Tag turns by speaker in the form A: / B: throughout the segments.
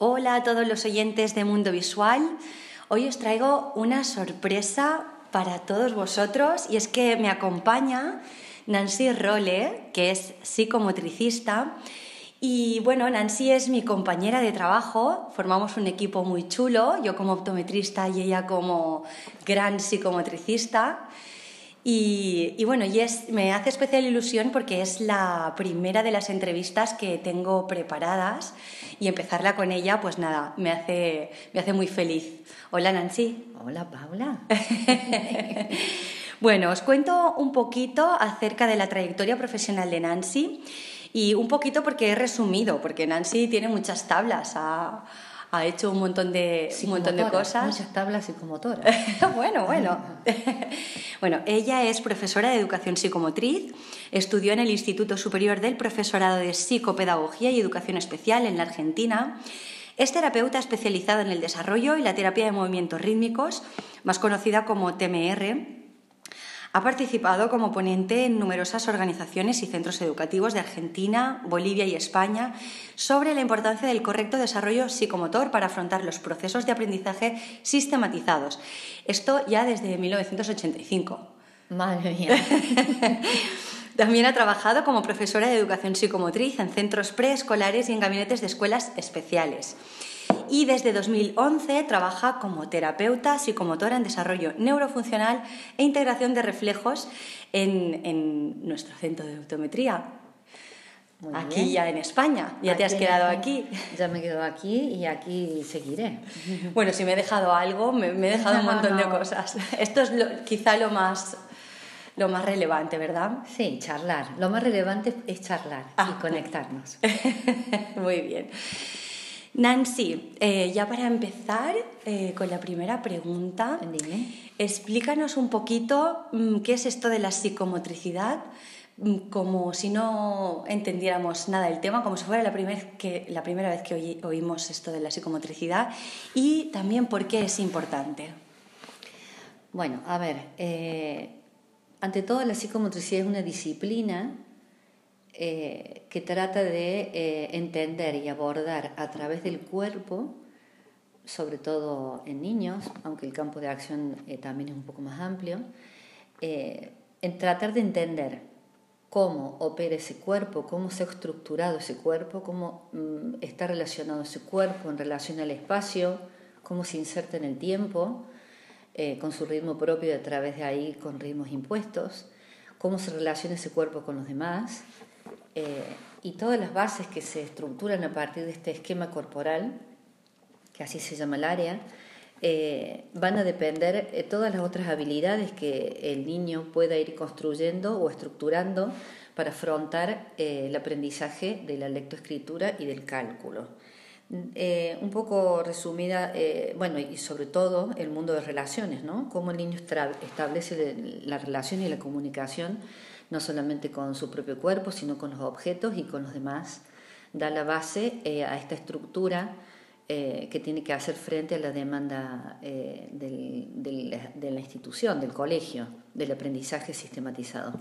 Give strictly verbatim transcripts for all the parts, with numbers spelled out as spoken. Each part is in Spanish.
A: Hola a todos los oyentes de Mundo Visual. Hoy os traigo una sorpresa para todos vosotros y es que me acompaña Nancy Role, que es psicomotricista. Y bueno, Nancy es mi compañera de trabajo, formamos un equipo muy chulo, yo como optometrista y ella como gran psicomotricista. Y, y bueno, y es, me hace especial ilusión porque es la primera de las entrevistas que tengo preparadas y empezarla con ella, pues nada, me hace, me hace muy feliz. Hola Nancy.
B: Hola Paula.
A: Bueno, os cuento un poquito acerca de la trayectoria profesional de Nancy y un poquito porque he resumido, porque Nancy tiene muchas tablas, ha, ha hecho un montón de, un montón de cosas.
B: Muchas tablas psicomotoras.
A: bueno, bueno. Bueno, ella es profesora de educación psicomotriz, estudió en el Instituto Superior del Profesorado de Psicopedagogía y Educación Especial en la Argentina. Es terapeuta especializado en el desarrollo y la terapia de movimientos rítmicos, más conocida como T M R. Ha participado como ponente en numerosas organizaciones y centros educativos de Argentina, Bolivia y España sobre la importancia del correcto desarrollo psicomotor para afrontar los procesos de aprendizaje sistematizados. Esto ya desde mil novecientos ochenta y cinco.
B: Madre mía.
A: También ha trabajado como profesora de educación psicomotriz en centros preescolares y en gabinetes de escuelas especiales. Y desde dos mil once trabaja como terapeuta psicomotora en desarrollo neurofuncional e integración de reflejos en, en nuestro centro de optometría.
B: Muy
A: aquí
B: bien.
A: Ya en España, ya
B: aquí
A: te has quedado aquí.
B: Ya me quedo aquí y aquí seguiré.
A: Bueno, si me he dejado algo, me, me he dejado un montón de cosas. Esto es lo, quizá lo más, lo más relevante, ¿verdad?
B: Sí, charlar. Lo más relevante es charlar
A: ah,
B: y conectarnos.
A: Muy bien. Nancy, eh, ya para empezar eh, con la primera pregunta,
B: Dime.
A: Explícanos un poquito mmm, qué es esto de la psicomotricidad, mmm, como si no entendiéramos nada del tema, como si fuera la, primer que, la primera vez que oí, oímos esto de la psicomotricidad, y también por qué es importante.
B: Bueno, a ver, eh, ante todo la psicomotricidad es una disciplina Eh, que trata de eh, entender y abordar a través del cuerpo, sobre todo en niños, aunque el campo de acción eh, también es un poco más amplio, eh, en tratar de entender cómo opera ese cuerpo, cómo se ha estructurado ese cuerpo, cómo mm, está relacionado ese cuerpo en relación al espacio, cómo se inserta en el tiempo, eh, con su ritmo propio y a través de ahí con ritmos impuestos, cómo se relaciona ese cuerpo con los demás. Eh, y todas las bases que se estructuran a partir de este esquema corporal, que así se llama el área, eh, van a depender de todas las otras habilidades que el niño pueda ir construyendo o estructurando para afrontar eh, el aprendizaje de la lectoescritura y del cálculo. Eh, un poco resumida, eh, bueno, y sobre todo el mundo de relaciones, ¿no? Cómo el niño establece la relación y la comunicación no solamente con su propio cuerpo, sino con los objetos y con los demás. Da la base eh, a esta estructura eh, que tiene que hacer frente a la demanda eh, del, del, de la institución, del colegio, del aprendizaje sistematizado.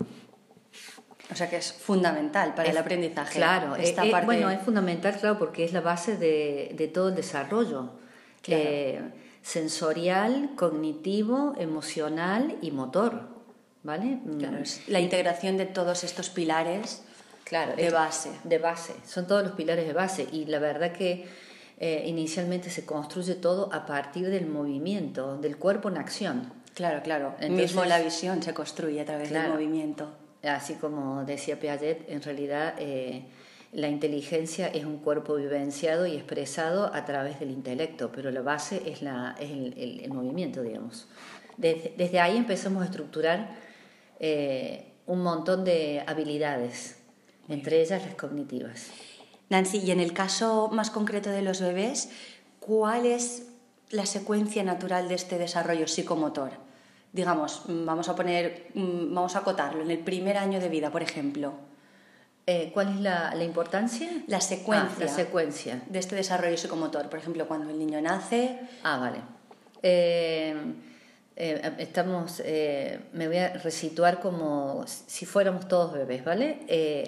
A: O sea que es fundamental para
B: es,
A: el aprendizaje.
B: Claro,
A: esta
B: eh,
A: parte...
B: bueno, es fundamental, claro, porque es la base de, de todo el desarrollo.
A: Claro.
B: Eh, sensorial, cognitivo, emocional y motor. ¿Vale?
A: Claro, es la integración de todos estos pilares
B: claro,
A: de base.
B: De base, son todos los pilares de base y la verdad que eh, inicialmente se construye todo a partir del movimiento, del cuerpo en acción.
A: Claro, claro.
B: Entonces,
A: mismo la visión se construye a través claro, del movimiento.
B: Así como decía Piaget, en realidad eh, la inteligencia es un cuerpo vivenciado y expresado a través del intelecto, pero la base es, la, es el, el, el movimiento, digamos. Desde, desde ahí empezamos a estructurar Eh, un montón de habilidades, Muy entre bien. ellas las cognitivas.
A: Nancy, y en el caso más concreto de los bebés, ¿cuál es la secuencia natural de este desarrollo psicomotor? Digamos, vamos a poner, vamos a acotarlo, en el primer año de vida, por ejemplo.
B: Eh, ¿Cuál es la, la importancia?
A: La secuencia,
B: ah, la secuencia
A: de este desarrollo psicomotor. Por ejemplo, cuando el niño nace...
B: Ah, vale. Eh... Eh, estamos, eh, me voy a resituar como si fuéramos todos bebés, ¿vale? Eh,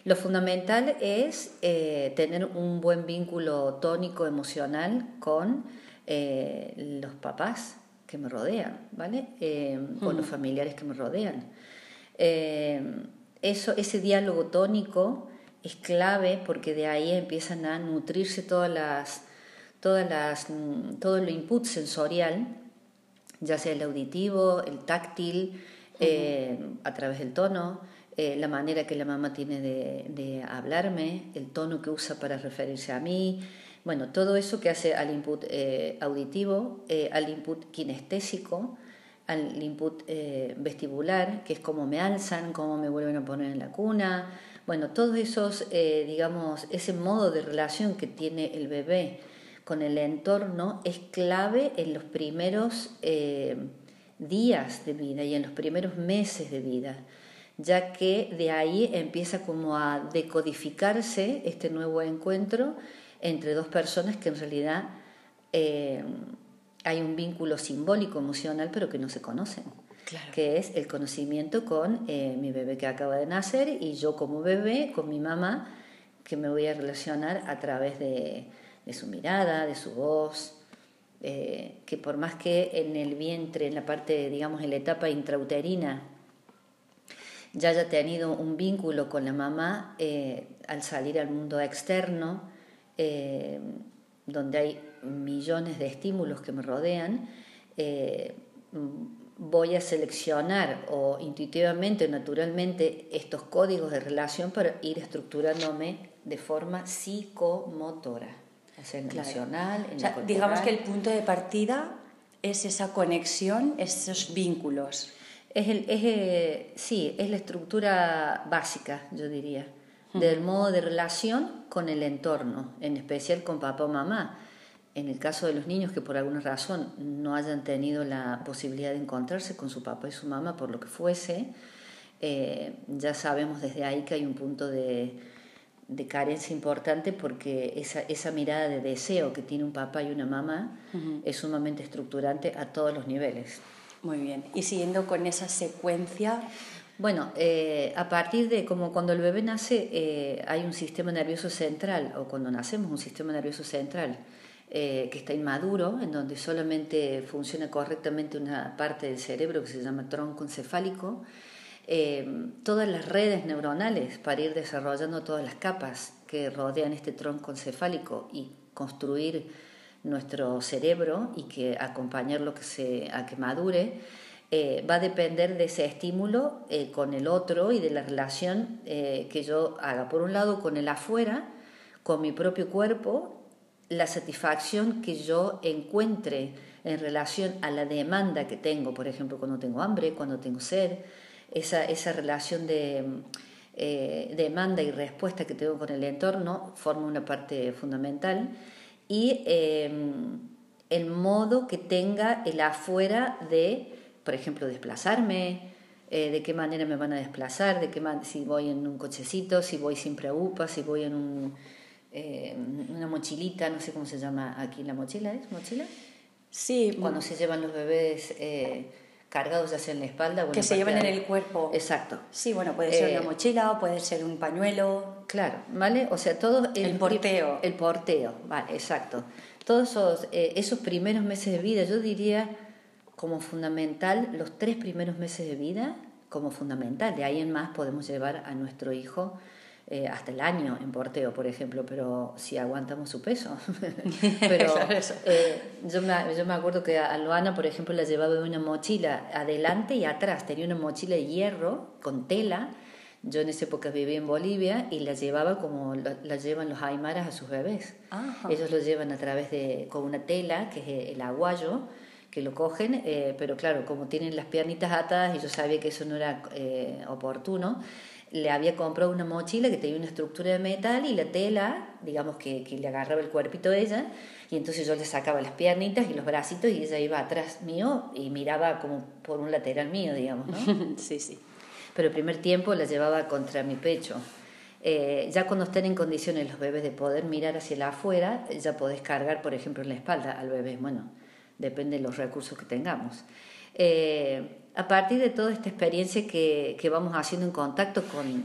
B: Lo fundamental es eh, tener un buen vínculo tónico emocional con eh, los papás que me rodean, ¿vale? Eh, uh-huh. Con los familiares que me rodean. Eh, eso, ese diálogo tónico es clave porque de ahí empiezan a nutrirse todas las, todas las, todo el input sensorial, ya sea el auditivo, el táctil, uh-huh. eh, a través del tono, eh, la manera que la mamá tiene de, de hablarme, el tono que usa para referirse a mí, bueno, todo eso que hace al input eh, auditivo, eh, al input kinestésico, al input eh, vestibular, que es cómo me alzan, cómo me vuelven a poner en la cuna, bueno, todos esos, eh, digamos, ese modo de relación que tiene el bebé con el entorno es clave en los primeros eh, días de vida y en los primeros meses de vida, ya que de ahí empieza como a decodificarse este nuevo encuentro entre dos personas que en realidad eh, hay un vínculo simbólico, emocional, pero que no se conocen. Claro. Que es el conocimiento con eh, mi bebé que acaba de nacer y yo como bebé con mi mamá, que me voy a relacionar a través de, de su mirada, de su voz, eh, que por más que en el vientre, en la parte, digamos, en la etapa intrauterina, ya haya tenido un vínculo con la mamá, eh, al salir al mundo externo, eh, donde hay millones de estímulos que me rodean, eh, voy a seleccionar o intuitivamente o naturalmente estos códigos de relación para ir estructurándome de forma psicomotora, o sea, en claro. emocional, en
A: o sea, digamos que el punto de partida es esa conexión, esos vínculos.
B: Es el, es el, sí, es la estructura básica, yo diría, uh-huh. del modo de relación con el entorno, en especial con papá o mamá. En el caso de los niños que por alguna razón no hayan tenido la posibilidad de encontrarse con su papá y su mamá por lo que fuese, eh, ya sabemos desde ahí que hay un punto de, de carencia importante porque esa, esa mirada de deseo que tiene un papá y una mamá uh-huh. es sumamente estructurante a todos los niveles.
A: Muy bien. Y siguiendo con esa secuencia...
B: Bueno, eh, a partir de como cuando el bebé nace eh, hay un sistema nervioso central, o cuando nacemos un sistema nervioso central, Eh, que está inmaduro, en donde solamente funciona correctamente una parte del cerebro que se llama tronco encefálico, eh, todas las redes neuronales para ir desarrollando todas las capas que rodean este tronco encefálico y construir nuestro cerebro y que acompañarlo que se, a que madure, eh, va a depender de ese estímulo eh, con el otro y de la relación eh, que yo haga, por un lado con el afuera, con mi propio cuerpo, la satisfacción que yo encuentre en relación a la demanda que tengo, por ejemplo, cuando tengo hambre, cuando tengo sed, esa, esa relación de eh, demanda y respuesta que tengo con el entorno forma una parte fundamental, y eh, el modo que tenga el afuera de, por ejemplo, desplazarme, eh, de qué manera me van a desplazar, de qué man- si voy en un cochecito, si voy sin preocupa, si voy en un... Eh, una mochilita, no sé cómo se llama aquí, ¿la mochila es? ¿Mochila?
A: Sí.
B: Cuando se llevan los bebés eh, cargados ya sea en la espalda o en
A: que se llevan en el cuerpo.
B: Exacto.
A: Sí, bueno, puede ser eh, una mochila o puede ser un pañuelo.
B: Claro, ¿vale? O sea, todo...
A: El, el porteo.
B: El porteo, vale, exacto. Todos esos, eh, esos primeros meses de vida, yo diría como fundamental, los tres primeros meses de vida como fundamental. De ahí en más podemos llevar a nuestro hijo Eh, hasta el año en porteo, por ejemplo, pero si aguantamos su peso. Pero eh, yo, me, yo me acuerdo que a Luana, por ejemplo, la llevaba de una mochila adelante y atrás. Tenía una mochila de hierro con tela. Yo en esa época vivía en Bolivia y la llevaba como la, la llevan los aymaras a sus bebés. Ajá. Ellos lo llevan a través de con una tela, que es el aguayo, que lo cogen, eh, pero claro, como tienen las piernitas atadas y yo sabía que eso no era eh, oportuno, le había comprado una mochila que tenía una estructura de metal y la tela, digamos que, que le agarraba el cuerpito de ella, y entonces yo le sacaba las piernitas y los bracitos y ella iba atrás mío y miraba como por un lateral mío, digamos, ¿no?
A: Sí, sí.
B: Pero el primer tiempo la llevaba contra mi pecho. Eh, ya cuando estén en condiciones los bebés de poder mirar hacia el afuera, ya podés cargar, por ejemplo, en la espalda al bebé. Bueno, depende de los recursos que tengamos. Eh, a partir de toda esta experiencia que, que vamos haciendo en contacto con,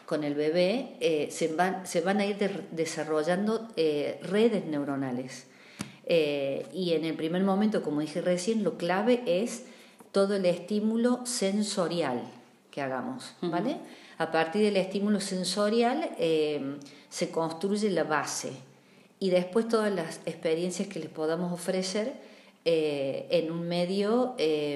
B: con el bebé, eh, se, van, se van a ir de, desarrollando eh, redes neuronales. Eh, y en el primer momento, como dije recién, lo clave es todo el estímulo sensorial que hagamos, ¿vale? Uh-huh. A partir del estímulo sensorial eh, se construye la base y después todas las experiencias que les podamos ofrecer eh, en un medio, eh,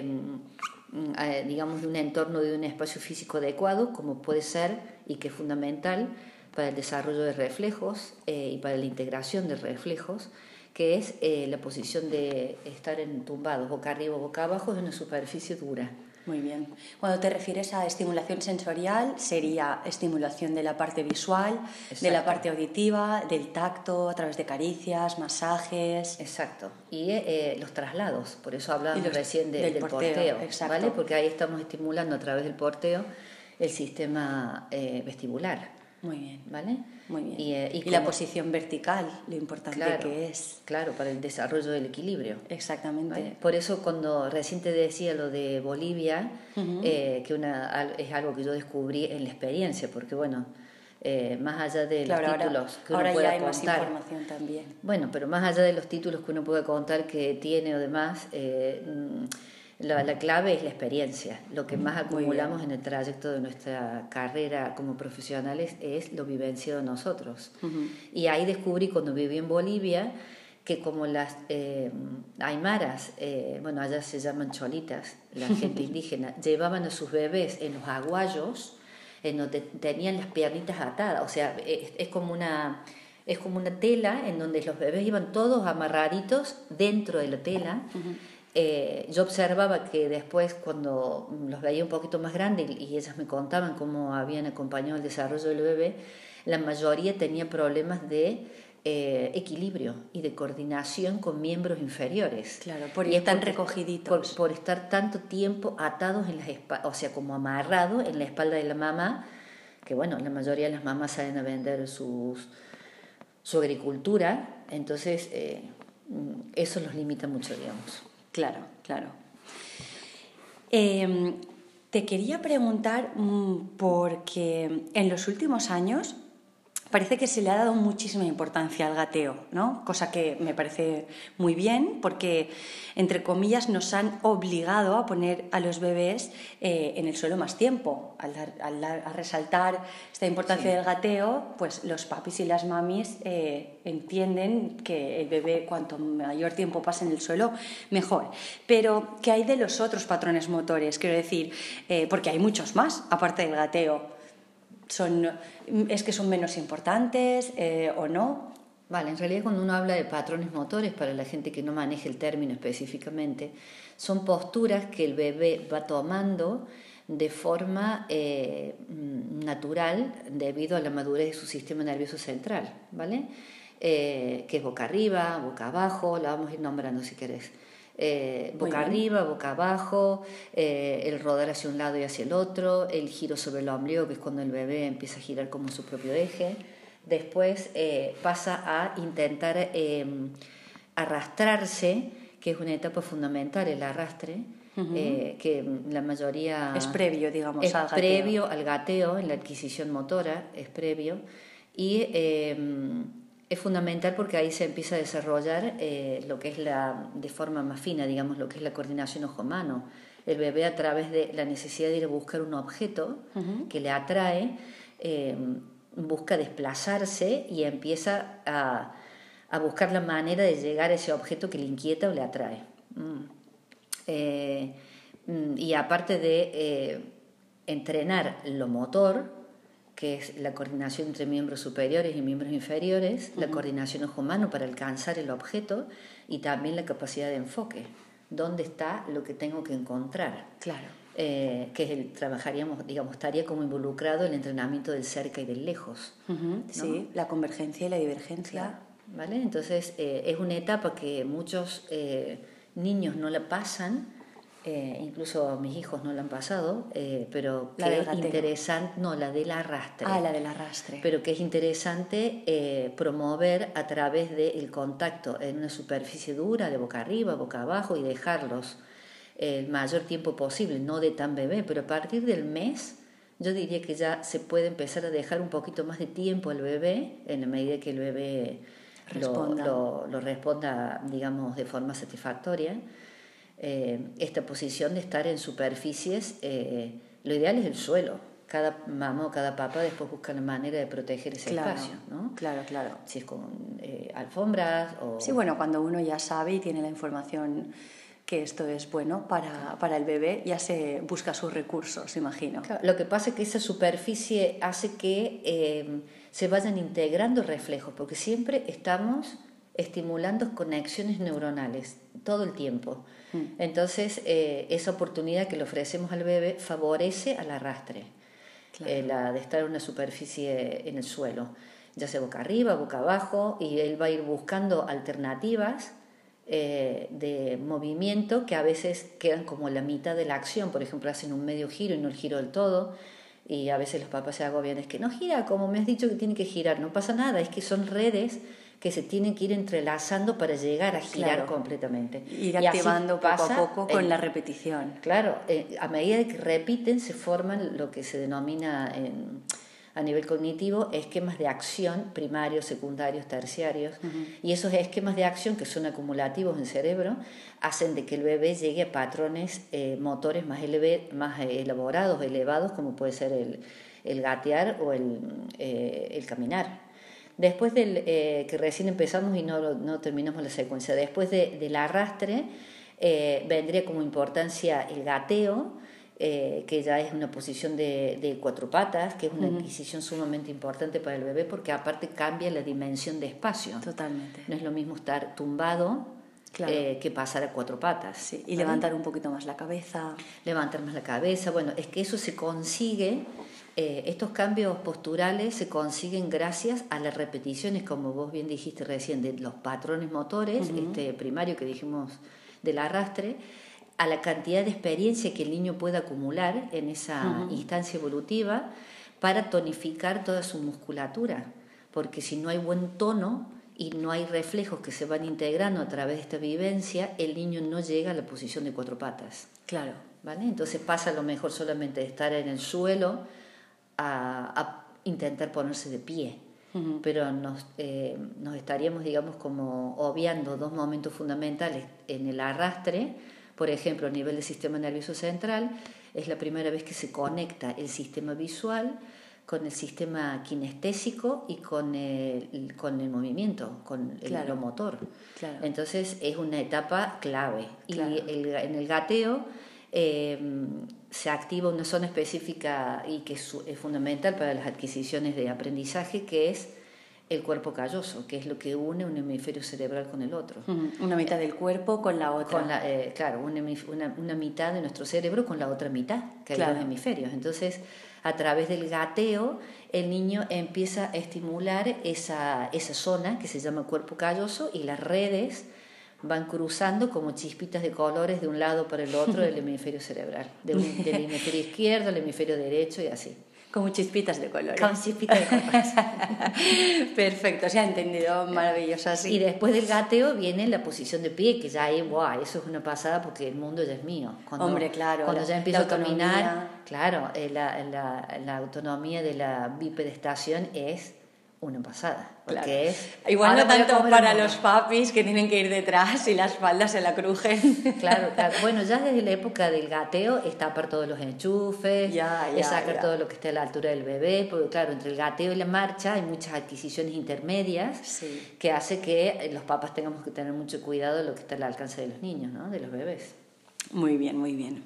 B: digamos, de un entorno, de un espacio físico adecuado, como puede ser y que es fundamental para el desarrollo de reflejos eh, y para la integración de reflejos, que es eh, la posición de estar entumbados, boca arriba o boca abajo, en una superficie dura.
A: Muy bien. Cuando te refieres a estimulación sensorial, sería estimulación de la parte visual, exacto, de la parte auditiva, del tacto, a través de caricias, masajes.
B: Exacto. Y eh, los traslados, por eso hablábamos recién de,
A: del,
B: del
A: porteo,
B: porteo,
A: exacto.
B: ¿vale? Porque ahí estamos estimulando a través del porteo el sistema eh, vestibular.
A: Muy bien.
B: ¿Vale?
A: Muy bien.
B: Y, eh, y,
A: y
B: como,
A: la posición vertical, lo importante
B: claro,
A: que es.
B: Claro, para el desarrollo del equilibrio.
A: Exactamente.
B: ¿Vale? Por eso cuando recién te decía lo de Bolivia, uh-huh. eh, que una, es algo que yo descubrí en la experiencia, porque bueno, eh, más allá de
A: claro,
B: los títulos
A: ahora,
B: que uno
A: ahora
B: pueda
A: ya hay
B: contar,
A: más información también.
B: Bueno, pero más allá de los títulos que uno pueda contar que tiene o demás, eh, La, la clave es la experiencia. Lo que más acumulamos en el trayecto de nuestra carrera como profesionales es lo vivenciado nosotros. Uh-huh. Y ahí descubrí cuando viví en Bolivia que como las eh, aymaras, eh, bueno, allá se llaman cholitas, la gente indígena, llevaban a sus bebés en los aguayos, en donde tenían las piernitas atadas. O sea, es, es como una... Es como una tela en donde los bebés iban todos amarraditos dentro de la tela. Uh-huh. Eh, yo observaba que después cuando los veía un poquito más grandes y, y ellas me contaban cómo habían acompañado el desarrollo del bebé, la mayoría tenía problemas de eh, equilibrio y de coordinación con miembros inferiores.
A: Claro, por
B: y
A: estar
B: porque,
A: recogiditos.
B: Por, por estar tanto tiempo atados en las espaldas, o sea, como amarrados en la espalda de la mamá, que bueno, la mayoría de las mamás salen a vender sus, su agricultura, entonces eh, eso los limita mucho, digamos.
A: Claro, claro. Eh, te quería preguntar, porque en los últimos años parece que se le ha dado muchísima importancia al gateo, ¿no? Cosa que me parece muy bien, porque, entre comillas, nos han obligado a poner a los bebés eh, en el suelo más tiempo. Al, dar, al, dar, al resaltar esta importancia sí. del gateo, pues los papis y las mamis eh, entienden que el bebé, cuanto mayor tiempo pase en el suelo, mejor. Pero, ¿qué hay de los otros patrones motores? Quiero decir, eh, porque hay muchos más, aparte del gateo. Son, ¿Es que son menos importantes eh, o no?
B: Vale, en realidad cuando uno habla de patrones motores, para la gente que no maneja el término específicamente, son posturas que el bebé va tomando de forma eh, natural debido a la madurez de su sistema nervioso central, ¿vale? Eh, que es boca arriba, boca abajo, la vamos a ir nombrando si querés. Eh, boca arriba, boca abajo, eh, el rodar hacia un lado y hacia el otro, el giro sobre el ombligo, que es cuando el bebé empieza a girar como su propio eje. Después eh, pasa a intentar eh, arrastrarse, que es una etapa fundamental, el arrastre, uh-huh. eh, que la mayoría...
A: Es previo, digamos,
B: es
A: al gateo.
B: previo al gateo, en la adquisición motora, es previo. Y... Eh, es fundamental porque ahí se empieza a desarrollar eh, lo que es la, de forma más fina, digamos, lo que es la coordinación ojo-mano. El bebé, a través de la necesidad de ir a buscar un objeto uh-huh. que le atrae, eh, busca desplazarse y empieza a, a buscar la manera de llegar a ese objeto que le inquieta o le atrae. Mm. Eh, y aparte de eh, entrenar lo motor, que es la coordinación entre miembros superiores y miembros inferiores, uh-huh. la coordinación ojo-mano para alcanzar el objeto y también la capacidad de enfoque. ¿Dónde está lo que tengo que encontrar?
A: Claro.
B: Eh, que es el, trabajaríamos, digamos, estaría como involucrado el entrenamiento del cerca y del lejos.
A: Uh-huh.
B: ¿no?
A: Sí, la convergencia y la divergencia.
B: Claro. ¿Vale? Entonces, eh, es una etapa que muchos eh, niños no la pasan. Eh, incluso mis hijos no la han pasado, eh, pero
A: la
B: que es interesante, no, la del arrastre.
A: Ah, la del arrastre.
B: Pero que es interesante eh, promover a través del contacto en una superficie dura, de boca arriba, boca abajo, y dejarlos el mayor tiempo posible, no de tan bebé, pero a partir del mes yo diría que ya se puede empezar a dejar un poquito más de tiempo al bebé, en la medida que el bebé responda, lo, lo, lo responda, digamos, de forma satisfactoria. Eh, esta posición de estar en superficies, eh, lo ideal es el suelo. Cada mamá o cada papá después busca la manera de proteger ese
A: claro,
B: espacio, ¿no?
A: Claro, claro.
B: Si es con eh, alfombras o...
A: Sí, bueno, cuando uno ya sabe y tiene la información que esto es bueno para, para el bebé, ya se busca sus recursos, imagino.
B: Claro, lo que pasa es que esa superficie hace que eh, se vayan integrando reflejos, porque siempre estamos estimulando conexiones neuronales todo el tiempo. Mm. Entonces, eh, esa oportunidad que le ofrecemos al bebé favorece al arrastre, claro. eh, la de estar en una superficie en el suelo, ya sea boca arriba, boca abajo, y él va a ir buscando alternativas Eh, de movimiento que a veces quedan como la mitad de la acción. Por ejemplo, hacen un medio giro y no el giro del todo, y a veces los papás se agobian, es que no gira como me has dicho que tiene que girar. No pasa nada, es que son redes que se tienen que ir entrelazando para llegar a girar, claro, completamente,
A: ir y activando poco a poco con en, la repetición.
B: Claro, eh, a medida que repiten se forman lo que se denomina en, a nivel cognitivo esquemas de acción primarios, secundarios, terciarios, uh-huh. y esos esquemas de acción que son acumulativos en el cerebro hacen de que el bebé llegue a patrones eh, motores más, eleve, más elaborados, elevados, como puede ser el, el gatear o el, eh, el caminar. Después del eh, que recién empezamos y no, no terminamos la secuencia, después de, del arrastre eh, vendría como importancia el gateo, Eh, que ya es una posición de, de cuatro patas, que es una uh-huh. adquisición sumamente importante para el bebé, porque aparte cambia la dimensión de espacio.
A: Totalmente.
B: No es lo mismo estar tumbado, claro, eh, que pasar a cuatro patas.
A: Sí, y ¿vale? Levantar un poquito más la cabeza.
B: Levantar más la cabeza. Bueno, es que eso se consigue, eh, estos cambios posturales se consiguen gracias a las repeticiones, como vos bien dijiste recién, de los patrones motores, uh-huh. este primario que dijimos del arrastre, a la cantidad de experiencia que el niño puede acumular en esa uh-huh. instancia evolutiva para tonificar toda su musculatura, porque si no hay buen tono y no hay reflejos que se van integrando a través de esta vivencia, el niño no llega a la posición de cuatro patas.
A: Claro.
B: ¿Vale? Entonces pasa a lo mejor solamente de estar en el suelo a, a intentar ponerse de pie. Uh-huh. Pero nos, eh, nos estaríamos, digamos, como obviando dos momentos fundamentales en el arrastre. Por ejemplo, a nivel del sistema nervioso central, es la primera vez que se conecta el sistema visual con el sistema kinestésico y con el, con el movimiento, con el, claro, lo motor. Claro. Entonces, es una etapa clave. Claro. Y el, en el gateo eh, se activa una zona específica y que es, es fundamental para las adquisiciones de aprendizaje, que es el cuerpo calloso, que es lo que une un hemisferio cerebral con el otro.
A: Uh-huh. Una mitad del cuerpo con la otra.
B: Con la, eh, claro, una, una, una mitad de nuestro cerebro con la otra mitad, que claro, hay dos hemisferios. Entonces, a través del gateo, el niño empieza a estimular esa, esa zona que se llama cuerpo calloso, y las redes van cruzando como chispitas de colores de un lado para el otro del hemisferio cerebral, de un, del hemisferio izquierdo al hemisferio derecho y así.
A: Como chispitas de colores.
B: Como chispitas de colores.
A: Perfecto, se ha entendido, maravilloso así.
B: Y después del gateo viene la posición de pie, que ya es, wow, eso es una pasada porque el mundo ya es mío. Cuando,
A: Hombre, claro.
B: Cuando
A: la,
B: ya empiezo a caminar, claro, eh, la, la, la autonomía de la bipedestación es una pasada. Porque
A: claro.
B: es,
A: igual no tanto para los papis que tienen que ir detrás y la espalda se la crujen.
B: Claro, claro. Bueno, ya desde la época del gateo es tapar todos los enchufes,
A: ya, ya,
B: es sacar
A: ya.
B: todo lo que esté a la altura del bebé, porque claro, entre el gateo y la marcha hay muchas adquisiciones intermedias,
A: sí,
B: que hace que los papás tengamos que tener mucho cuidado de lo que está al alcance de los niños, ¿no? De los bebés.
A: Muy bien, muy bien.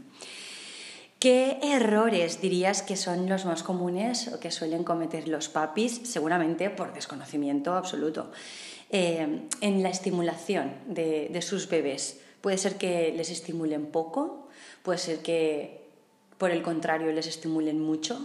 A: ¿Qué errores dirías que son los más comunes o que suelen cometer los papis, seguramente por desconocimiento absoluto, eh, en la estimulación de, de sus bebés? Puede ser que les estimulen poco, puede ser que, por el contrario, les estimulen mucho.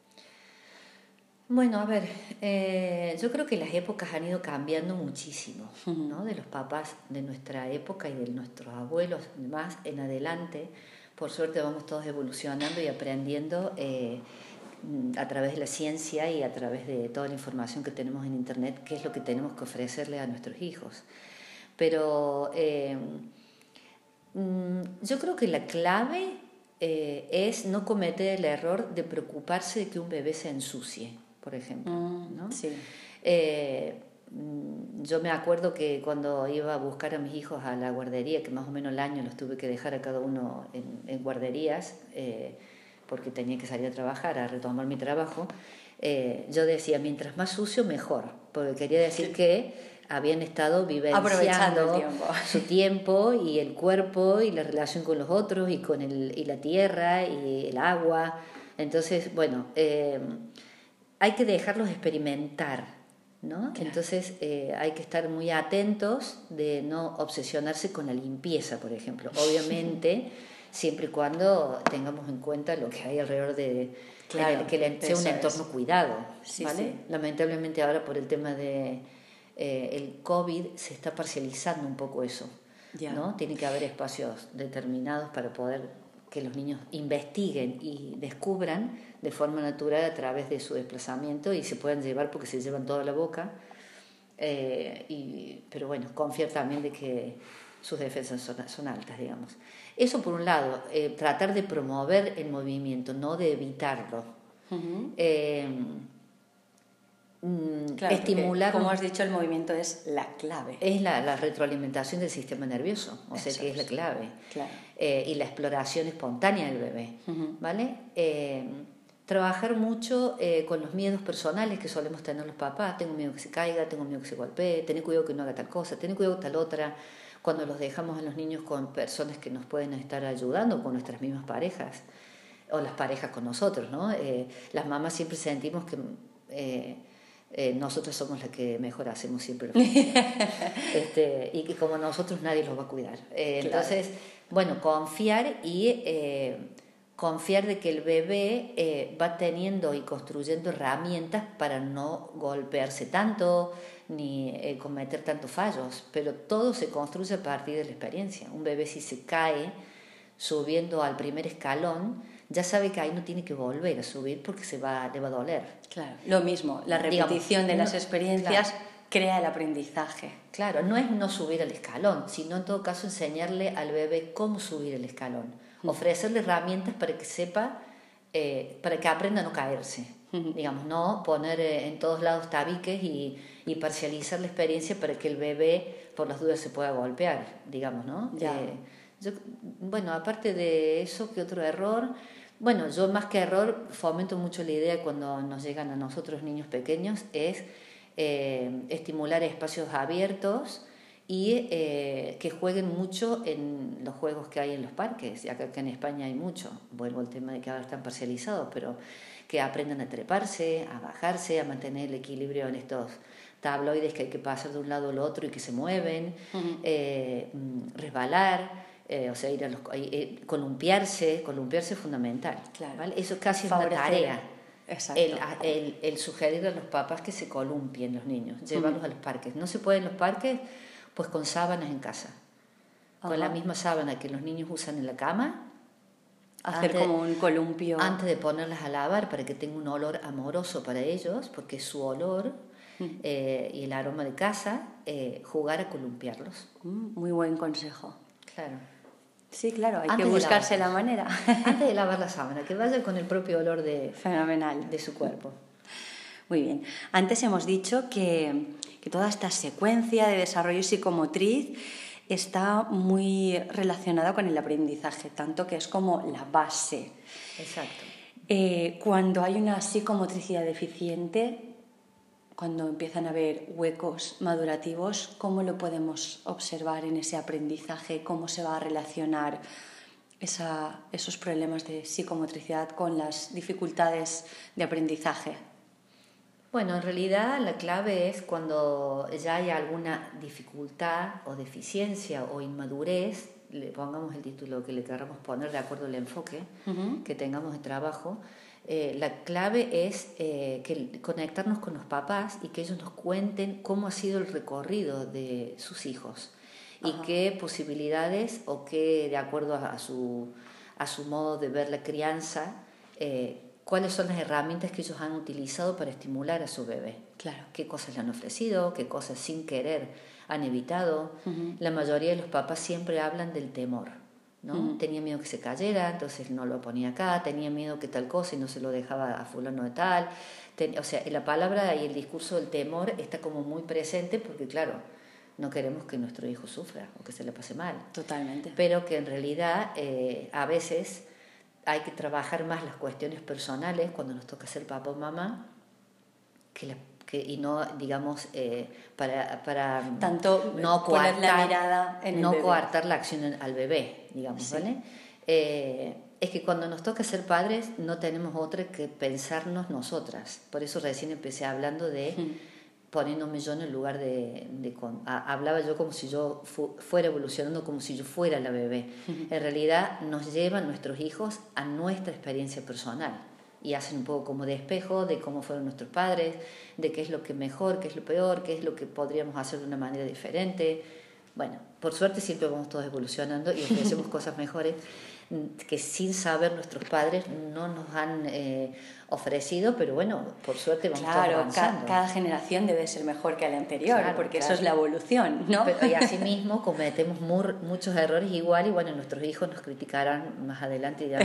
B: Bueno, a ver, eh, yo creo que las épocas han ido cambiando muchísimo,
A: uh-huh.
B: ¿no? De los papás de nuestra época y de nuestros abuelos más en adelante. Por suerte vamos todos evolucionando y aprendiendo eh, a través de la ciencia y a través de toda la información que tenemos en Internet, qué es lo que tenemos que ofrecerle a nuestros hijos. Pero eh, yo creo que la clave eh, es no cometer el error de preocuparse de que un bebé se ensucie, por ejemplo.
A: Mm,
B: ¿no?
A: sí.
B: Eh, yo me acuerdo que cuando iba a buscar a mis hijos a la guardería, que más o menos el año los tuve que dejar a cada uno en, en guarderías, eh, porque tenía que salir a trabajar, a retomar mi trabajo, eh, yo decía, mientras más sucio, mejor, porque quería decir que habían estado vivenciando
A: el tiempo.
B: su tiempo y el cuerpo y la relación con los otros y con el, y la tierra y el agua. Entonces, bueno, eh, hay que dejarlos experimentar, ¿no?
A: Claro.
B: Entonces eh, hay que estar muy atentos de no obsesionarse con la limpieza, por ejemplo. Obviamente, siempre y cuando tengamos en cuenta lo que hay alrededor de...
A: Claro,
B: el, que el, sea un entorno
A: es.
B: cuidado,
A: Sí,
B: ¿vale?
A: sí.
B: Lamentablemente ahora por el tema de eh, el COVID se está parcializando un poco eso,
A: Ya.
B: ¿no? Tiene que haber espacios determinados para poder que los niños investiguen y descubran de forma natural a través de su desplazamiento y se puedan llevar porque se llevan toda la boca, eh, y, pero bueno, confiar también de que sus defensas son, son altas, digamos. Eso por un lado, eh, tratar de promover el movimiento, no de evitarlo.
A: Uh-huh.
B: eh,
A: Claro,
B: estimular,
A: como has dicho, el movimiento es la clave.
B: Es la, la retroalimentación del sistema nervioso, o sea
A: Eso
B: que es la
A: es.
B: clave.
A: Claro.
B: Eh, y la exploración espontánea del bebé,
A: Uh-huh.
B: ¿vale? Eh, trabajar mucho eh, con los miedos personales que solemos tener los papás. Tengo miedo que se caiga, tengo miedo que se golpee, tener cuidado que no haga tal cosa, tener cuidado tal otra. Cuando los dejamos a los niños con personas que nos pueden estar ayudando, con nuestras mismas parejas, o las parejas con nosotros, ¿no? Eh, las mamás siempre sentimos que... Eh, Eh, nosotros somos las que mejor hacemos siempre los este, y que como nosotros nadie los va a cuidar, eh,
A: Claro.
B: entonces bueno, confiar y eh, confiar de que el bebé eh, va teniendo y construyendo herramientas para no golpearse tanto ni eh, cometer tantos fallos, pero todo se construye a partir de la experiencia. Un bebé, si se cae subiendo al primer escalón, ya sabe que ahí no tiene que volver a subir porque se va, le va a doler.
A: Claro, lo mismo, la repetición
B: Digamos,
A: de las
B: no,
A: experiencias
B: claro,
A: crea el aprendizaje.
B: Claro, no es no subir al escalón, sino en todo caso enseñarle al bebé cómo subir el escalón,
A: Mm.
B: ofrecerle herramientas para que sepa, eh, para que aprenda a no caerse.
A: Mm.
B: Digamos, no poner eh, en todos lados tabiques y, y parcializar la experiencia para que el bebé por las dudas se pueda golpear, digamos, ¿no?
A: Ya.
B: Eh, yo, bueno, aparte de eso, ¿qué otro error? Bueno, yo más que error fomento mucho la idea cuando nos llegan a nosotros niños pequeños, es eh, estimular espacios abiertos y eh, que jueguen mucho en los juegos que hay en los parques. Y acá, acá en España hay mucho, vuelvo al tema de que ahora están parcializados, pero que aprendan a treparse, a bajarse, a mantener el equilibrio en estos tabloides que hay que pasar de un lado al otro y que se mueven, uh-huh. eh, resbalar. Eh, o sea, ir a los, eh, columpiarse, columpiarse es fundamental.
A: Claro.
B: ¿Vale? Eso casi
A: Favorecer.
B: Es una tarea.
A: Exacto.
B: El, el, el sugerir a los papás que se columpien los niños, llevarlos uh-huh. a los parques. No se puede en los parques, pues con sábanas en casa. Uh-huh. Con la misma sábana que los niños usan en la cama.
A: Hacer
B: antes,
A: como un columpio.
B: Antes de ponerlas a lavar para que tenga un olor amoroso para ellos, porque es su olor uh-huh. eh, y el aroma de casa, eh, jugar a columpiarlos.
A: Uh-huh. Muy buen consejo.
B: Claro.
A: Sí, claro, hay
B: antes
A: que buscarse la manera.
B: Antes de lavar la sábana, que vaya con el propio olor de,
A: Fenomenal.
B: de su cuerpo.
A: Muy bien. Antes hemos dicho que, que toda esta secuencia de desarrollo psicomotriz está muy relacionada con el aprendizaje, tanto que es como la base.
B: Exacto.
A: Eh, cuando hay una psicomotricidad deficiente, cuando empiezan a haber huecos madurativos, ¿cómo lo podemos observar en ese aprendizaje? ¿Cómo se va a relacionar esa, esos problemas de psicomotricidad con las dificultades de aprendizaje?
B: Bueno, en realidad la clave es cuando ya hay alguna dificultad o deficiencia o inmadurez, le pongamos el título que le queramos poner de acuerdo al enfoque uh-huh. que tengamos de trabajo. Eh, la clave es eh, que conectarnos con los papás y que ellos nos cuenten cómo ha sido el recorrido de sus hijos y uh-huh. qué posibilidades o qué, de acuerdo a, a, su, a su modo de ver la crianza, eh, cuáles son las herramientas que ellos han utilizado para estimular a su bebé.
A: Claro.
B: Qué cosas le han ofrecido, qué cosas sin querer han evitado. Uh-huh. La mayoría de los papás siempre hablan del temor. ¿no?
A: Uh-huh.
B: Tenía miedo que se cayera, entonces no lo ponía acá, tenía miedo que tal cosa y no se lo dejaba a fulano de tal. Ten, o sea, la palabra y el discurso del temor está como muy presente porque, claro, no queremos que nuestro hijo sufra o que se le pase mal.
A: Totalmente.
B: Pero que en realidad eh, a veces hay que trabajar más las cuestiones personales cuando nos toca ser papá o mamá que la, que, y no, digamos, eh, para, para
A: tanto
B: no
A: poner
B: coartar,
A: la mirada en el
B: no
A: bebé.
B: coartar la acción al bebé, digamos, sí. ¿Vale? Eh, es que cuando nos toca ser padres no tenemos otra que pensarnos nosotras. Por eso recién empecé hablando de hmm. poniéndome yo en el lugar de, de con, a, hablaba yo como si yo fu, fuera evolucionando, como si yo fuera la bebé. Uh-huh. En realidad nos llevan nuestros hijos a nuestra experiencia personal y hacen un poco como de espejo de cómo fueron nuestros padres, de qué es lo que mejor, qué es lo peor, qué es lo que podríamos hacer de una manera diferente. Bueno, por suerte siempre vamos todos evolucionando y ofrecemos cosas mejores que sin saber nuestros padres no nos han eh, ofrecido, pero bueno, por suerte vamos
A: claro,
B: todos avanzando.
A: Ca- cada generación debe ser mejor que la anterior,
B: claro,
A: porque
B: claro.
A: eso es la evolución, ¿no?
B: Pero, y así mismo cometemos muy, muchos errores igual y bueno, nuestros hijos nos criticarán más adelante y dirán,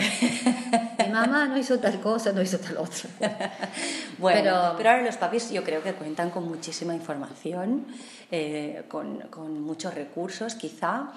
B: mi mamá no hizo tal cosa, no hizo tal otra.
A: Bueno, pero, pero ahora los papis yo creo que cuentan con muchísima información, eh, con, con muchos recursos quizá.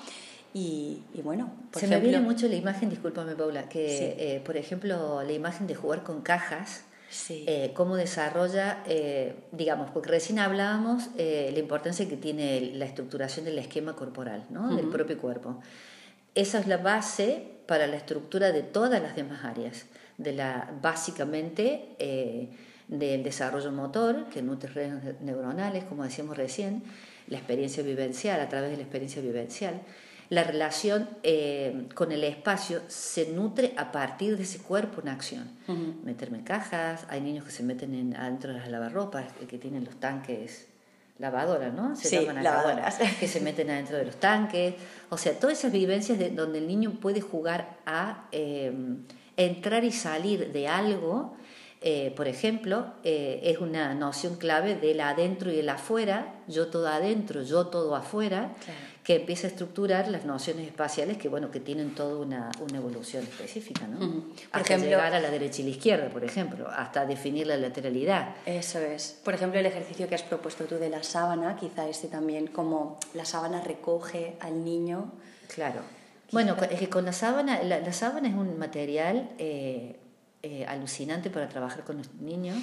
A: Y, y bueno, por
B: se
A: ejemplo,
B: me viene mucho la imagen, discúlpame Paula, que
A: sí.
B: eh, por ejemplo la imagen de jugar con cajas,
A: sí.
B: eh, cómo desarrolla, eh, digamos, porque recién hablábamos eh, la importancia que tiene la estructuración del esquema corporal, ¿no? Uh-huh. Del propio cuerpo. Esa es la base para la estructura de todas las demás áreas, de la básicamente eh, del desarrollo motor, que nutre redes neuronales, como decíamos recién, la experiencia vivencial, a través de la experiencia vivencial. La relación eh, con el espacio se nutre a partir de ese cuerpo en acción. Uh-huh. Meterme en cajas, hay niños que se meten en, adentro de las lavarropas, que tienen los tanques lavadoras, ¿no? Se
A: sí,
B: llaman acá, lavadoras. Bueno, que se meten adentro de los tanques. O sea, todas esas vivencias de, donde el niño puede jugar a eh, entrar y salir de algo. Eh, por ejemplo, eh, es una noción clave del adentro y el afuera, yo todo adentro, yo todo afuera, claro. Que empieza a estructurar las nociones espaciales que, bueno, que tienen toda una, una evolución específica, ¿no? Uh-huh. Por hasta ejemplo, llegar a la derecha y la izquierda, por ejemplo, hasta definir la lateralidad.
A: Eso es. Por ejemplo, el ejercicio que has propuesto tú de la sábana, quizá este también, como la sábana recoge al niño.
B: Claro. Quizá. Bueno, es que con la sábana, la, la sábana es un material... Eh, Eh, alucinante para trabajar con los niños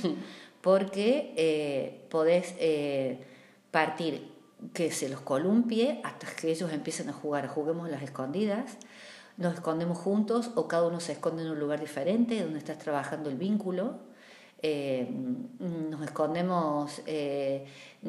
B: porque eh, podés eh, partir que se los columpie hasta que ellos empiecen a jugar. Juguemos las escondidas, nos escondemos juntos o cada uno se esconde en un lugar diferente donde estás trabajando el vínculo. Eh, nos escondemos... Eh,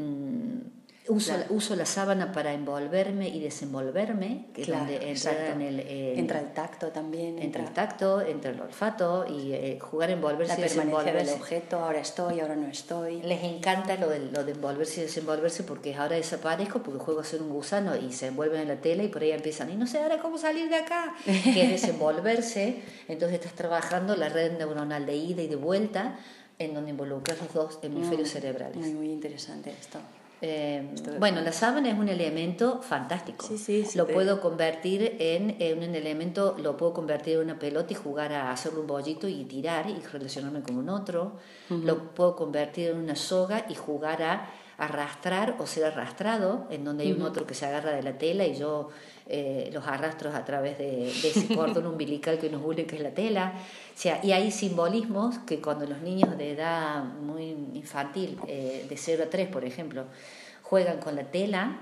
B: Uso, claro. uso la sábana para envolverme y desenvolverme, que
A: claro,
B: es donde entra, en el, el,
A: entra el tacto también.
B: Entra, entra el tacto, entra el olfato y eh, jugar a envolverse
A: la
B: y desenvolverse.
A: La permanencia del objeto, ahora estoy, ahora no estoy.
B: Les encanta lo de, lo de envolverse y desenvolverse porque ahora desaparezco porque juego a ser un gusano y se envuelven en la tela y por ahí empiezan, y no sé ahora cómo salir de acá, que es desenvolverse. Entonces estás trabajando la red neuronal de ida y de vuelta en donde involucras los dos hemisferios mm, cerebrales.
A: Muy, muy interesante esto.
B: Eh, bueno, la sábana es un elemento fantástico.
A: Sí, sí, sí,
B: lo
A: te...
B: puedo convertir en, en un elemento, lo puedo convertir en una pelota y jugar a hacerle un bollito y tirar y relacionarme con un otro. Uh-huh. Lo puedo convertir en una soga y jugar a arrastrar o ser arrastrado, en donde hay uh-huh. un otro que se agarra de la tela y yo eh, los arrastro a través de, de ese cordón umbilical que nos une, que es la tela. O sea, y hay simbolismos que cuando los niños de edad muy infantil, eh, de cero a tres por ejemplo, juegan con la tela,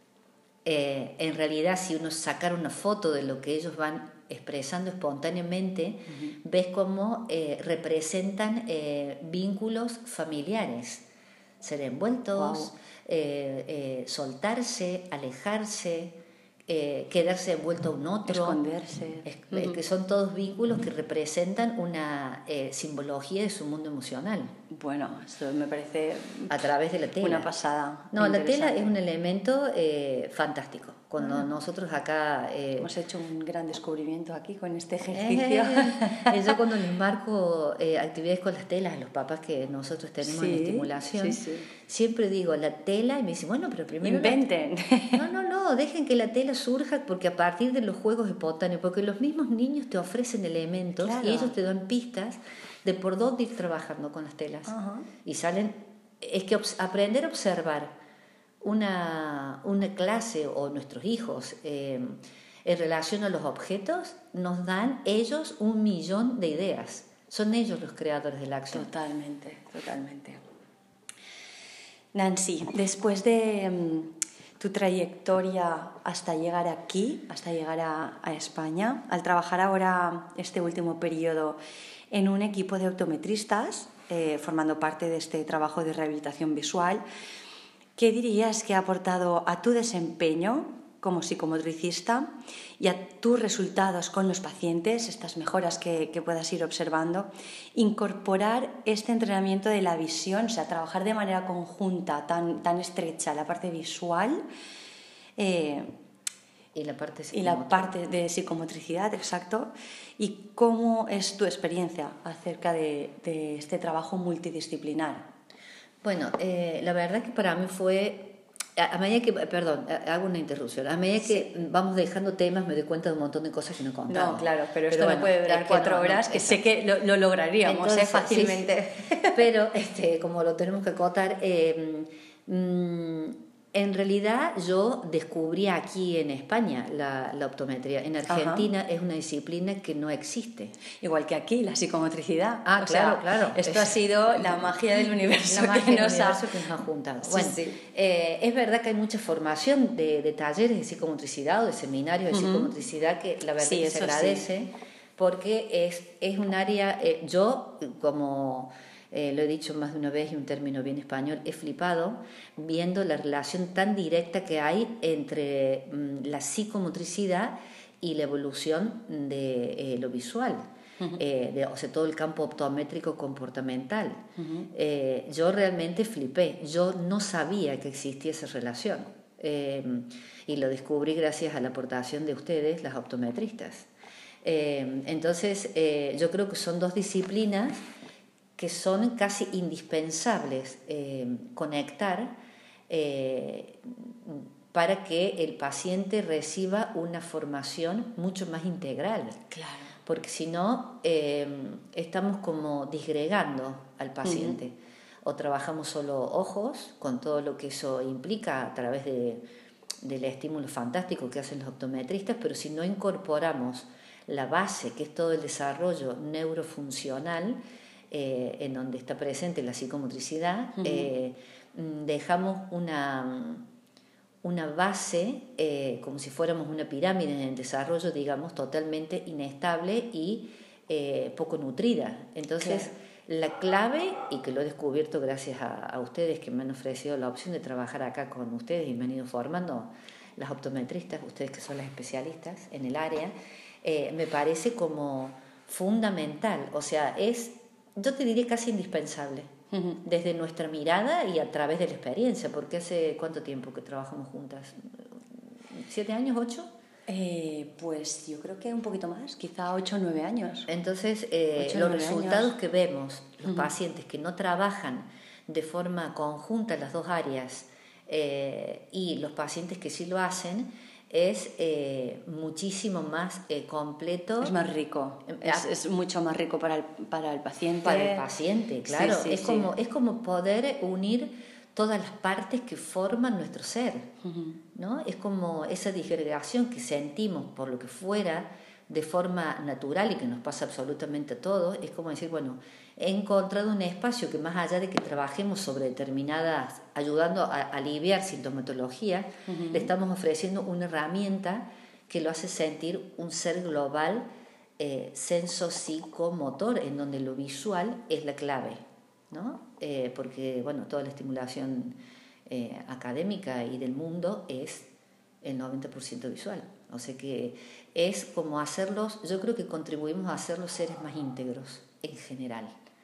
B: eh, en realidad si uno sacara una foto de lo que ellos van expresando espontáneamente, uh-huh. ves cómo eh, representan eh, vínculos familiares, ser envueltos, wow. eh, eh, soltarse, alejarse, Eh, quedarse envuelto a un otro,
A: esconderse,
B: es, uh-huh. que son todos vínculos que representan una eh, simbología de su mundo emocional.
A: Bueno, eso me parece
B: a través de la tela.
A: Una pasada.
B: No, la tela es un elemento eh, eh, Cuando
A: ah.
B: nosotros acá...
A: Eh, Hemos hecho un gran descubrimiento aquí con este ejercicio.
B: Eh, yo cuando les marco eh, actividades con las telas a los papás que nosotros tenemos
A: sí,
B: en estimulación,
A: sí, sí.
B: siempre digo la tela y me dicen, bueno, pero primero...
A: Inventen.
B: La... No, no, no, dejen que la tela surja porque a partir de los juegos espontáneos, porque los mismos niños te ofrecen elementos
A: Claro.
B: y ellos te dan pistas de por dónde ir trabajando con las telas.
A: Ajá.
B: Y salen, es que obs- aprender a observar una, una clase o nuestros hijos eh, en relación a los objetos, nos dan ellos un millón de ideas. Son ellos los creadores de la acción.
A: Totalmente, totalmente. Nancy, después de um, tu trayectoria hasta llegar aquí, hasta llegar a, a España, al trabajar ahora este último periodo en un equipo de optometristas, eh, formando parte de este trabajo de rehabilitación visual, ¿qué dirías que ha aportado a tu desempeño como psicomotricista y a tus resultados con los pacientes, estas mejoras que, que puedas ir observando, incorporar este entrenamiento de la visión, o sea, trabajar de manera conjunta, tan, tan estrecha, la parte visual eh,
B: y la parte
A: y la parte de psicomotricidad, exacto, y cómo es tu experiencia acerca de, de este trabajo multidisciplinar?
B: Bueno, eh, la verdad que para mí fue... A medida que, perdón, hago una interrupción. A medida que sí. vamos dejando temas, me doy cuenta de un montón de cosas que no contamos.
A: No, claro, pero esto
B: pero
A: no
B: bueno,
A: puede durar
B: que
A: cuatro
B: no,
A: horas,
B: no,
A: que
B: eso.
A: sé que lo, lo lograríamos. Entonces, ¿eh? Fácilmente.
B: Sí, sí. Pero este, como lo tenemos que acotar, eh, mmm, en realidad yo descubrí aquí en España la, la optometría. En Argentina Ajá. es una disciplina que no existe.
A: Igual que aquí, la psicomotricidad.
B: Ah,
A: o
B: claro,
A: sea,
B: claro.
A: Esto
B: es,
A: ha sido la magia del universo.
B: La magia
A: que
B: del
A: nos
B: universo
A: ha...
B: que nos ha juntado.
A: Sí,
B: bueno,
A: sí.
B: Eh, es verdad que hay mucha formación de, de talleres de psicomotricidad o de seminarios de uh-huh. psicomotricidad que la verdad sí, que se agradece sí. porque es, es un área, eh, yo como... Eh, lo he dicho más de una vez y un término bien español, he flipado viendo la relación tan directa que hay entre mm, la psicomotricidad y la evolución de eh, lo visual, uh-huh. eh, de, o sea, todo el campo optométrico comportamental. Uh-huh. Eh, yo realmente flipé, yo no sabía que existía esa relación eh, y lo descubrí gracias a la aportación de ustedes, las optometristas. Eh, entonces, eh, yo creo que son dos disciplinas que son casi indispensables eh, conectar eh, para que el paciente reciba una formación mucho más integral.
A: Claro.
B: Porque si no, eh, estamos como disgregando al paciente. Uh-huh. O trabajamos solo ojos, con todo lo que eso implica a través de, del estímulo fantástico que hacen los optometristas, pero si no incorporamos la base, que es todo el desarrollo neurofuncional, Eh, en donde está presente la psicomotricidad, uh-huh. eh, dejamos una, una base, eh, como si fuéramos una pirámide en el desarrollo, digamos, totalmente inestable y eh, poco nutrida. Entonces, claro. La clave, y que lo he descubierto gracias a, a ustedes que me han ofrecido la opción de trabajar acá con ustedes y me han ido formando, las optometristas, ustedes que son las especialistas en el área, eh, me parece como fundamental, o sea, es... yo te diría casi indispensable, uh-huh. desde nuestra mirada y a través de la experiencia, porque hace cuánto tiempo que trabajamos juntas, ¿siete años, ocho?
A: Eh, pues yo creo que un poquito más, quizá ocho o nueve años.
B: Entonces, eh, ocho, los resultados años. Que vemos, los uh-huh. pacientes que no trabajan de forma conjunta las dos áreas eh, y los pacientes que sí lo hacen, es eh, muchísimo más eh, completo.
A: Es más rico, es, es mucho más rico para el, para el paciente.
B: Para el paciente, claro. Sí, sí, es, sí. Como, es como poder unir todas las partes que forman nuestro ser, uh-huh. ¿no? Es como esa disgregación que sentimos por lo que fuera de forma natural y que nos pasa absolutamente a todos. Es como decir, bueno, he encontrado un espacio que más allá de que trabajemos sobre determinadas, ayudando a, a aliviar sintomatología, uh-huh. le estamos ofreciendo una herramienta que lo hace sentir un ser global, eh, senso-psicomotor, en donde lo visual es la clave, ¿no? Eh, porque, bueno, toda la estimulación eh, académica y del mundo es el noventa por ciento visual. O sea que es como hacerlos, yo creo que contribuimos a hacer los seres más íntegros en general.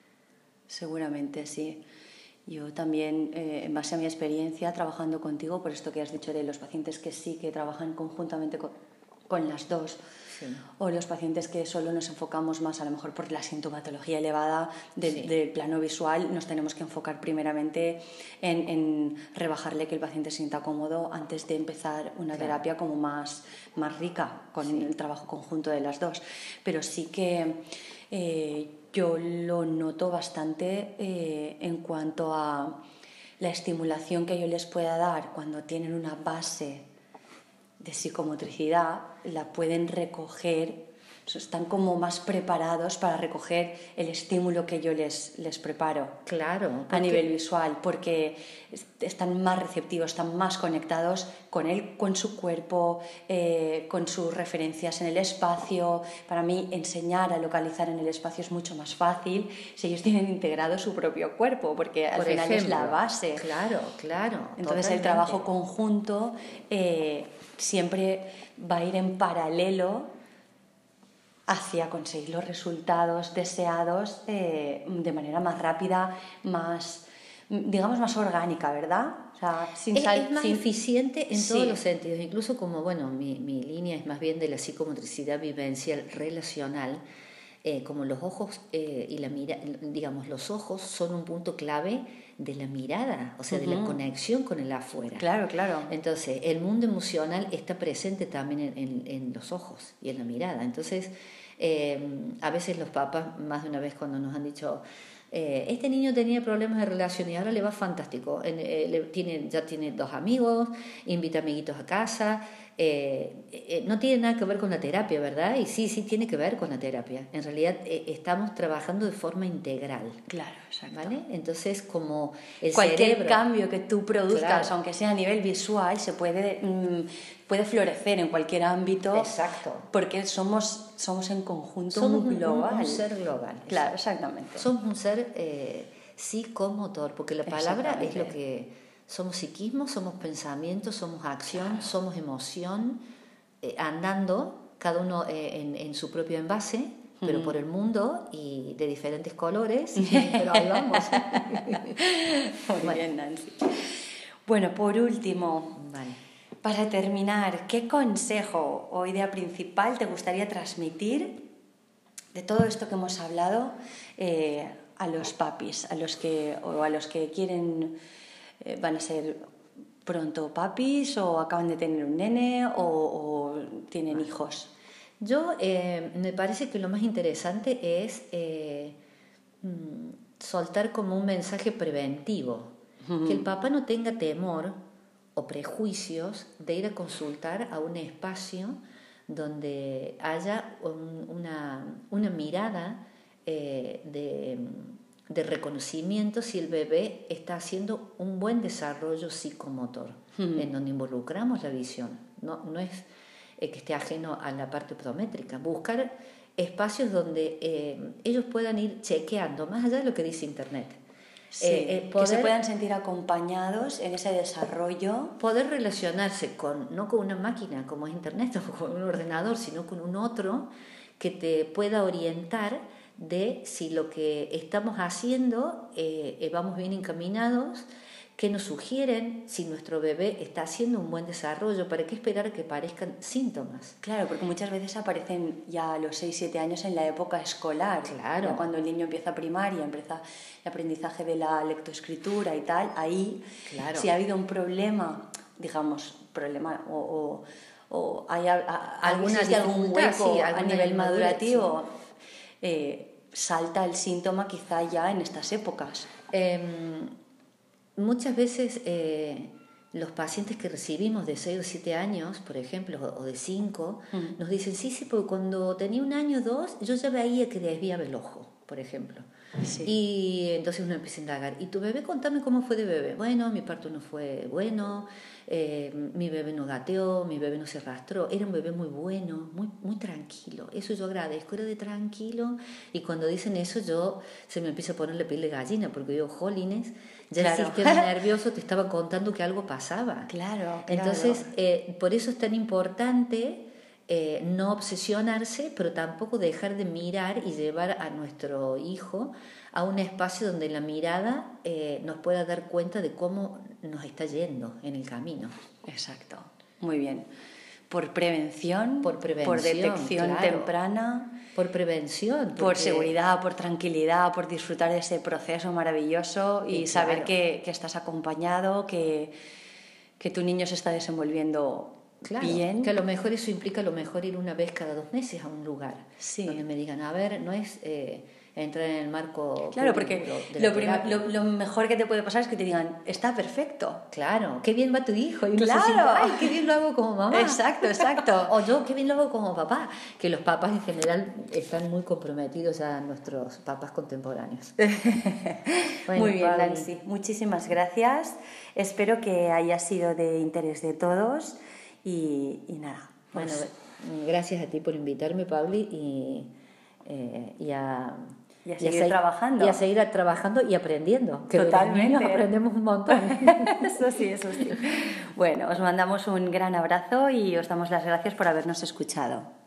A: Seguramente, sí. Yo también, eh, en base a mi experiencia trabajando contigo, por esto que has dicho de los pacientes que sí que trabajan conjuntamente con, con las dos.
B: Sí.
A: O los pacientes que solo nos enfocamos más, a lo mejor por la sintomatología elevada del,
B: Sí.
A: del plano visual, nos tenemos que enfocar primeramente en, en rebajarle que el paciente se sienta cómodo antes de empezar una
B: Claro.
A: terapia como más, más rica, con
B: Sí.
A: el trabajo conjunto de las dos. Pero sí que eh, yo lo noto bastante eh, en cuanto a la estimulación que yo les pueda dar cuando tienen una base de psicomotricidad, la pueden recoger, están como más preparados para recoger el estímulo que yo les, les preparo.
B: Claro.
A: A nivel visual, porque están más receptivos, están más conectados con él, con su cuerpo, eh, con sus referencias en el espacio. Para mí, enseñar a localizar en el espacio es mucho más fácil si ellos tienen integrado su propio cuerpo, porque al
B: Por
A: final
B: ejemplo,
A: es la base.
B: Claro, claro.
A: Entonces,
B: totalmente.
A: el trabajo conjunto eh, siempre va a ir en paralelo hacia conseguir los resultados deseados eh, de manera más rápida, más, digamos, más orgánica, ¿verdad? O sea, sin
B: Es,
A: sal,
B: es más
A: sin...
B: eficiente en
A: Sí.
B: todos los sentidos, incluso como, bueno, mi, mi línea es más bien de la psicomotricidad vivencial relacional, eh, como los ojos eh, y la mira, digamos, los ojos son un punto clave de la mirada, o sea, uh-huh. de la conexión con el afuera.
A: Claro, claro.
B: Entonces, el mundo emocional está presente también en, en, en los ojos y en la mirada. Entonces, eh, a veces los papás, más de una vez cuando nos han dicho, eh, este niño tenía problemas de relación y ahora le va fantástico, eh, le, tiene, ya tiene dos amigos, invita amiguitos a casa, eh, eh, no tiene nada que ver con la terapia, ¿verdad? Y sí, sí tiene que ver con la terapia. En realidad eh, estamos trabajando de forma integral.
A: Claro, exacto.
B: ¿Vale? Entonces, como el
A: cualquier
B: cerebro,
A: cambio que tú produzcas,
B: claro.
A: aunque sea a nivel visual, se puede, mmm, puede florecer en cualquier ámbito.
B: Exacto.
A: Porque somos, somos en conjunto
B: somos
A: un global.
B: Un, un ser global.
A: Claro, exactamente.
B: Somos un ser eh, psicomotor, porque la palabra es lo que... Somos psiquismo, somos pensamiento, somos acción, claro. somos emoción, eh, andando, cada uno eh, en, en su propio envase, pero por el mundo y de diferentes colores, pero ahí vamos.
A: Muy bueno. bien, Nancy. Bueno, por último,
B: vale.
A: para terminar, ¿qué consejo o idea principal te gustaría transmitir de todo esto que hemos hablado eh, a los papis, a los que, o a los que quieren, eh, van a ser pronto papis o acaban de tener un nene o, o tienen vale. hijos?
B: Yo eh, me parece que lo más interesante es eh, soltar como un mensaje preventivo, uh-huh. que el papá no tenga temor o prejuicios de ir a consultar a un espacio donde haya un, una, una mirada eh, de, de reconocimiento si el bebé está haciendo un buen desarrollo psicomotor, uh-huh. en donde involucramos la visión, no, no es Eh, que esté ajeno a la parte optométrica, buscar espacios donde eh, ellos puedan ir chequeando, más allá de lo que dice Internet.
A: Sí, eh, eh, poder, que se puedan sentir acompañados en ese desarrollo.
B: Poder relacionarse con, no con una máquina como es Internet o con un ordenador, sino con un otro que te pueda orientar de si lo que estamos haciendo eh, eh, vamos bien encaminados, que nos sugieren si nuestro bebé está haciendo un buen desarrollo, para qué esperar a que aparezcan síntomas.
A: Claro, porque muchas veces aparecen ya a los seis siete años en la época escolar.
B: Claro.
A: Ya cuando el niño empieza primaria, empieza el aprendizaje de la lectoescritura y tal, ahí
B: claro.
A: si ha habido un problema, digamos, problema o, o, o hay a, a,
B: alguna
A: algún hueco
B: sí,
A: a nivel madurativo,
B: sí.
A: eh, salta el síntoma quizá ya en estas épocas.
B: Eh, Muchas veces eh, los pacientes que recibimos de seis o siete años, por ejemplo, o de cinco, mm. nos dicen, sí, sí, porque cuando tenía un año o dos, yo ya veía que desviaba el ojo, por ejemplo.
A: Sí.
B: Y entonces uno empieza a indagar, ¿y tu bebé? Contame cómo fue de bebé. Bueno, mi parto no fue bueno, eh, mi bebé no gateó, mi bebé no se arrastró, era un bebé muy bueno, muy, muy tranquilo. Eso yo agradezco, era de tranquilo. Y cuando dicen eso, yo se me empieza a poner la piel de gallina, porque digo, jolines, ya claro. el sistema nervioso te estaba contando que algo pasaba.
A: Claro, claro.
B: Entonces, eh, por eso es tan importante eh, no obsesionarse, pero tampoco dejar de mirar y llevar a nuestro hijo a un espacio donde la mirada eh, nos pueda dar cuenta de cómo nos está yendo en el camino.
A: Exacto, muy bien. por prevención,
B: por prevención,
A: por detección
B: claro.
A: temprana,
B: por prevención, porque...
A: por seguridad, por tranquilidad, por disfrutar de ese proceso maravilloso y, y saber
B: claro.
A: que, que estás acompañado, que, que tu niño se está desenvolviendo
B: claro,
A: bien.
B: Que a lo mejor eso implica a lo mejor ir una vez cada dos meses a un lugar
A: sí.
B: donde me digan, a ver, no es eh, entrar en el marco...
A: Claro, porque lo, lo, lo mejor que te puede pasar es que te digan, está perfecto.
B: Claro, qué bien va tu hijo. Y
A: claro.
B: No se sienta, ay, qué bien lo hago como mamá.
A: Exacto, exacto.
B: O yo, qué bien lo hago como papá. Que los papás en general están muy comprometidos a nuestros papás contemporáneos.
A: Bueno, muy bien, Pauli. Nancy. Muchísimas gracias. Espero que haya sido de interés de todos. Y, y nada.
B: Pues... Bueno, gracias a ti por invitarme, Pauli, y, eh, y a...
A: Y a seguir y a trabajando.
B: Y a seguir trabajando y aprendiendo. Que
A: Totalmente.
B: De aprendemos un montón.
A: Eso sí, eso sí. Bueno, os mandamos un gran abrazo y os damos las gracias por habernos escuchado.